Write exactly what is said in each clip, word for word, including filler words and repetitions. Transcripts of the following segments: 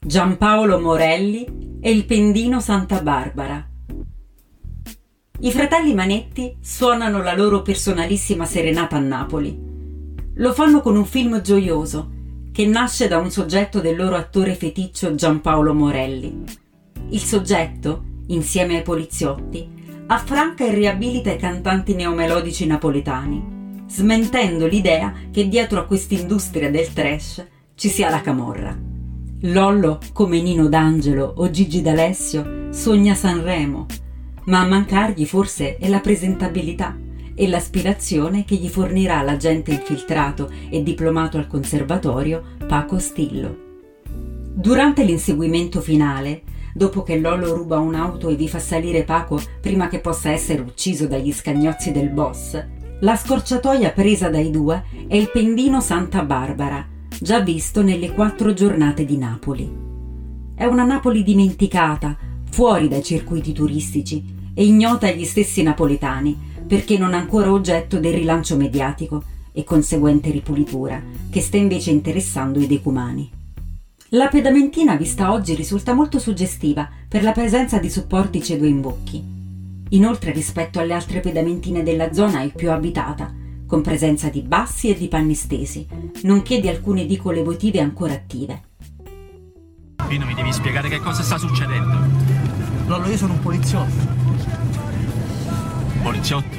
Giampaolo Morelli e il Pendino Santa Barbara. I fratelli Manetti suonano la loro personalissima serenata a Napoli. Lo fanno con un film gioioso che nasce da un soggetto del loro attore feticcio Giampaolo Morelli. Il soggetto, insieme ai poliziotti, affranca e riabilita i cantanti neomelodici napoletani, smentendo l'idea che dietro a quest'industria del trash ci sia la camorra. Lollo, come Nino D'Angelo o Gigi D'Alessio, sogna Sanremo, ma a mancargli forse è la presentabilità e l'aspirazione che gli fornirà l'agente infiltrato e diplomato al conservatorio Paco Stillo. Durante l'inseguimento finale, dopo che Lollo ruba un'auto e vi fa salire Paco prima che possa essere ucciso dagli scagnozzi del boss, la scorciatoia presa dai due è il Pendino Santa Barbara, già visto nelle quattro giornate di Napoli. È una Napoli dimenticata, fuori dai circuiti turistici e ignota agli stessi napoletani, perché non ancora oggetto del rilancio mediatico e conseguente ripulitura che sta invece interessando i decumani. La pedamentina vista oggi risulta molto suggestiva per la presenza di supporti cedo imbocchi. Inoltre, rispetto alle altre pedamentine della zona, è più abitata, con presenza di bassi e di panni stesi, nonché di alcune edicole votive ancora attive. Pino, mi devi spiegare che cosa sta succedendo. Lollo, io sono un poliziotto. Poliziotto?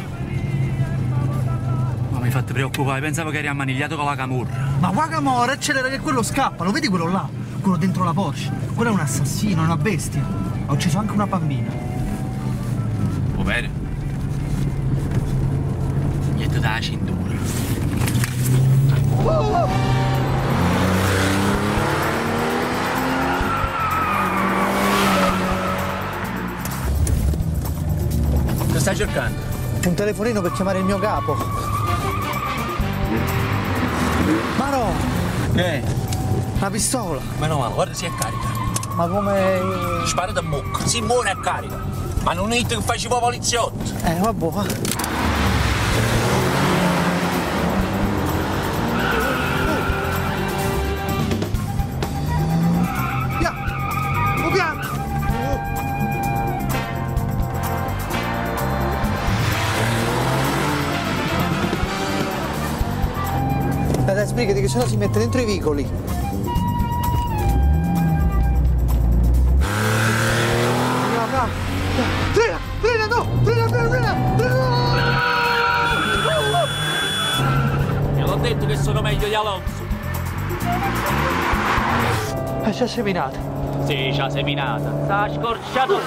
Non mi fate preoccupare, pensavo che eri ammanigliato con la camorra. Ma qua camorra, accelera che quello scappa, lo vedi quello là? Quello dentro la Porsche. Quello è un assassino, è una bestia. Ha ucciso anche una bambina. Può bene? Niente da cintura. Oh! Che stai cercando? Un telefonino per chiamare il mio capo. Ma no! Che? Una pistola. Meno male, guarda, si è carica. Ma come... Spara da mucca, si muore a carica. Ma non è che facevo poliziotto. Eh, vabbè, va. Dai, sbrigati che sennò si mette dentro i vicoli. Frena, frena, no! Frena, frena, frena! Me l'ho detto che sono meglio di Alonso. È già seminata. Sì, già seminata. Sta scorciato.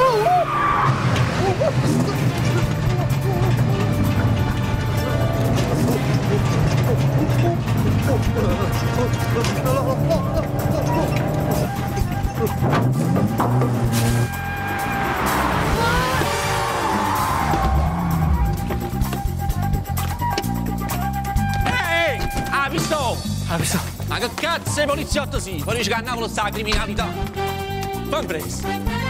Ehi! Ah, visto! Ah, visto? Ma che cazzo è poliziotto sì? Fuori che a Napoli sta la criminalità! Fammi presto!